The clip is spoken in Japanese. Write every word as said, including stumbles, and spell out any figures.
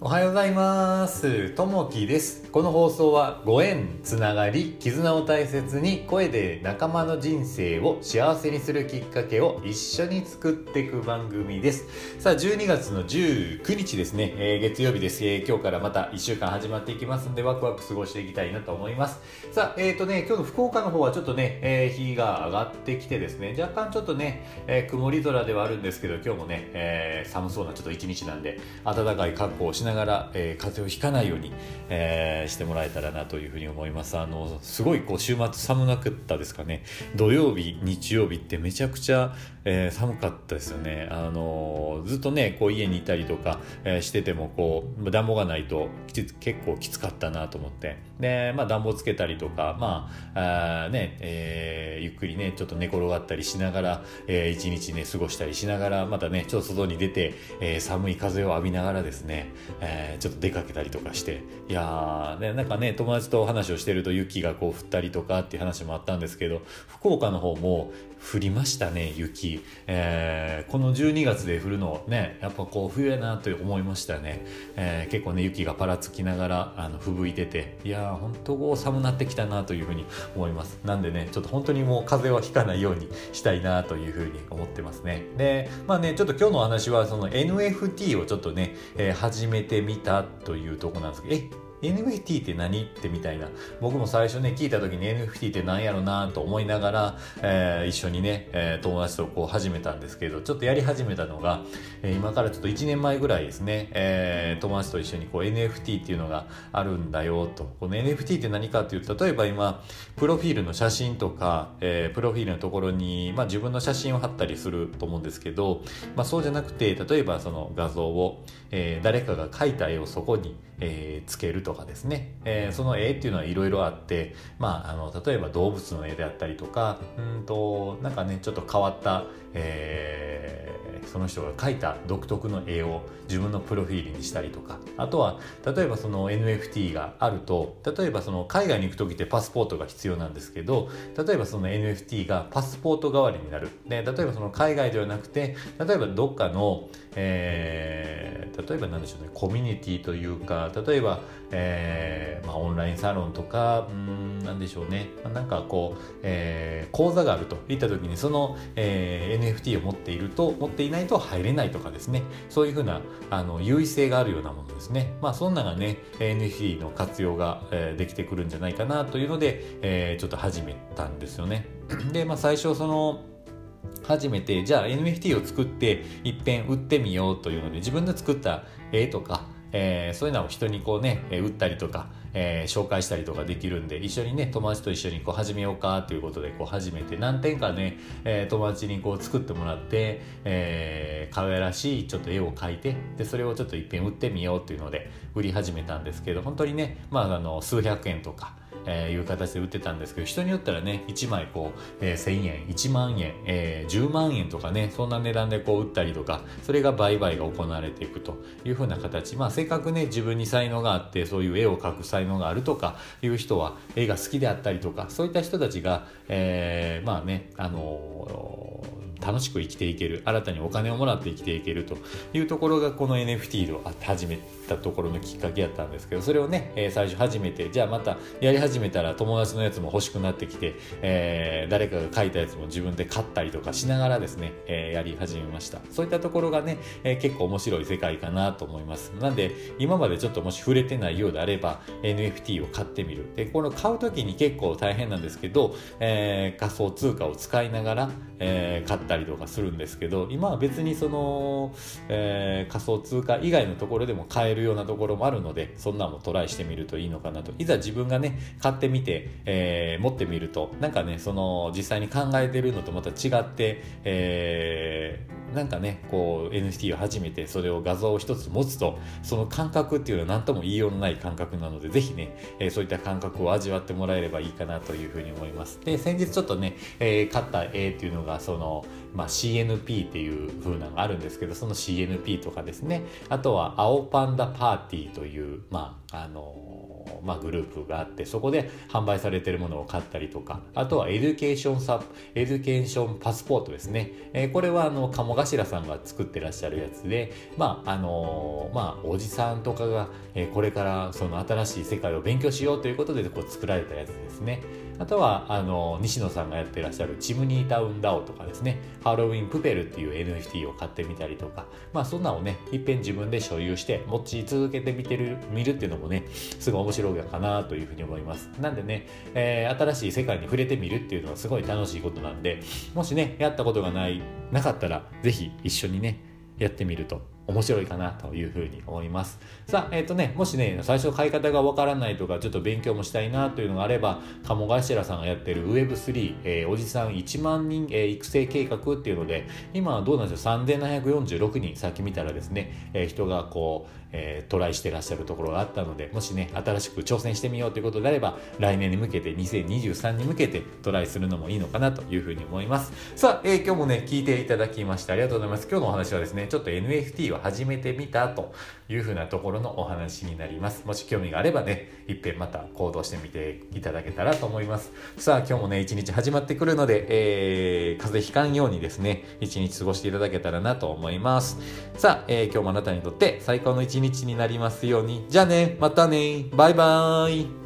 おはようございます。ともきです。この放送はご縁、つながり、絆を大切に声で仲間の人生を幸せにするきっかけを一緒に作っていく番組です。さあ、じゅうにがつのじゅうくにちですね、えー、月曜日です、えー。今日からまたいっしゅうかん始まっていきますので、ワクワク過ごしていきたいなと思います。さあ、えっとね、今日の福岡の方はちょっとね、えー、日が上がってきてですね、若干ちょっとね、えー、曇り空ではあるんですけど、今日もね、えー、寒そうなちょっと一日なんで、暖かい格好をしながら、えー、風邪をひかないように、えー、してもらえたらなというふうに思います。あのすごいこう週末寒なかったですかね。土曜日日曜日ってめちゃくちゃ、えー、寒かったですよね。あのずっとねこう家にいたりとか、えー、しててもこう暖房がないと結構きつかったなと思って、で、まあ、暖房つけたりとか、まあ、あね、えー、ゆっくりねちょっと寝転がったりしながら、えー、一日ね過ごしたりしながら、またねちょっと外に出て、えー、寒い風を浴びながらですね、えー、ちょっと出かけたりとかして、いやー、ね、なんかね友達と話をしてると雪がこう降ったりとかっていう話もあったんですけど、福岡の方も降りましたね、雪。えー、このじゅうにがつで降るのね、やっぱこう冬やなと思いましたね。えー、結構ね雪がぱらつきながらあの吹雪いてて、いやー本当こう寒なってきたなというふうに思います。なんでねちょっと本当にもう風邪はひかないようにしたいなというふうに思ってますね。でまあねちょっと今日のお話はその エヌエフティー をちょっとね、えー、始めてみたというところなんですけど、えエヌエフティー って何ってみたいな、僕も最初ね聞いた時に エヌエフティー って何やろなと思いながら、えー、一緒にね、えー、友達とこう始めたんですけど、ちょっとやり始めたのが、えー、今からちょっといちねんまえぐらいですね、えー、友達と一緒にこう エヌエフティー っていうのがあるんだよと。この エヌエフティー って何かっていうと、例えば今プロフィールの写真とか、えー、プロフィールのところに、まあ、自分の写真を貼ったりすると思うんですけど、まあ、そうじゃなくて例えばその画像を、えー、誰かが描いた絵をそこに、えー、つけるとかですね、えー、その絵っていうのはいろいろあって、まあ、あの例えば動物の絵であったりとか、うんとなんかねちょっと変わった、えー、その人が描いた独特の絵を自分のプロフィールにしたりとか、あとは例えばその エヌエフティー があると、例えばその海外に行く時ってパスポートが必要なんですけど、例えばその エヌエフティー がパスポート代わりになる。で例えばその海外ではなくて、例えばどっかの、えー、例えば何でしょうね、コミュニティというか、例えば、えーまあ、オンラインサロンとか、うーん何でしょうね、なんかこう、えー、講座があるといった時にその、えー、エヌエフティー を持っていると持っていないと入れないとかですね、そういうふうなあの優位性があるようなものですね。まあそんながね エヌエフティー の活用が、えー、できてくるんじゃないかなというので、えー、ちょっと始めたんですよね。でまあ最初その初めてじゃあ エヌエフティー を作って一遍売ってみようというので、自分で作った絵とか、えー、そういうのを人にこうね売ったりとか、えー、紹介したりとかできるんで、一緒にね友達と一緒にこう始めようかということでこう始めて、何点かね、えー、友達にこう作ってもらって、えー、可愛らしいちょっと絵を描いて、でそれをちょっと一遍売ってみようというので売り始めたんですけど、本当にねまああの数百円とかえー、いう形で売ってたんですけど、人によったらねいちまいこう、えー、せんえん、いちまんえん、えー、じゅうまんえんとかね、そんな値段でこう売ったりとか、それが売買が行われていくというふうな形。まあせっかくね自分に才能があってそういう絵を描く才能があるとかいう人は、絵が好きであったりとか、そういった人たちが、えー、まあねあのー楽しく生きていける、新たにお金をもらって生きていけるというところがこの エヌエフティー を始めたところのきっかけやったんですけど、それをね、えー、最初始めて、じゃあまたやり始めたら友達のやつも欲しくなってきて、えー、誰かが書いたやつも自分で買ったりとかしながらですね、えー、やり始めました。そういったところがね、えー、結構面白い世界かなと思います。なんで今までちょっともし触れてないようであれば エヌエフティー を買ってみる。でこの買う時に結構大変なんですけど、えー、仮想通貨を使いながら、えー、買ったりとかするんですけど、今は別にその、えー、仮想通貨以外のところでも買えるようなところもあるので、そんなもトライしてみるといいのかなと。いざ自分がね買ってみて、えー、持ってみるとなんかねその実際に考えてるのとまた違って、えー、なんかねこう エヌエフティー を始めてそれを画像を一つ持つと、その感覚っていうのは何とも言いようのない感覚なので、ぜひね、えー、そういった感覚を味わってもらえればいいかなというふうに思います。で先日ちょっとね、えー、買った絵っていうのがその、まあ、シーエヌピー っていう風なのがあるんですけど、その シーエヌピー とかですね、あとは青パンダパーティーというまああのまあ、グループがあって、そこで販売されているものを買ったりとか、あとはエデュケーションサエデュケーションパスポートですね、えー、これはあの鴨頭さんが作ってらっしゃるやつで、まああのー、まあおじさんとかが、えー、これからその新しい世界を勉強しようということでこう作られたやつですね。あとはあの西野さんがやってらっしゃるチムニータウンダオとかですね、ハロウィンプペルっていう エヌエフティー を買ってみたりとか、まあそんなのをねいっぺん自分で所有して持ち続けてみてる見るっていうのもねすごい面白いかなというふうに思います。なんでね、えー、新しい世界に触れてみるっていうのはすごい楽しいことなんで、もしねやったことがないなかったらぜひ一緒にねやってみると面白いかなというふうに思います。さあ、えっとね、もしね、最初買い方がわからないとか、ちょっと勉強もしたいなというのがあれば、鴨頭さんがやってる ウェブスリー、えー、おじさんいちまんにん、えー、育成計画っていうので、今はどうなんでしょう、さんぜんななひゃくよんじゅうろくにん、さっき見たらですね、えー、人がこう、えー、トライしてらっしゃるところがあったので、もしね、新しく挑戦してみようということであれば、来年に向けて、にせんにじゅうさんに向けてトライするのもいいのかなというふうに思います。さあ、えー、今日もね、聞いていただきましてありがとうございます。今日のお話はですね、ちょっと エヌエフティー を始めてみたというふうなところのお話になります。もし興味があればね、いっぺんまた行動してみていただけたらと思います。さあ、今日もね、一日始まってくるので、えー、風邪ひかんようにですね、一日過ごしていただけたらなと思います。さあ、えー、今日もあなたにとって最高の一日になりますように。じゃあね、またね、バイバーイ。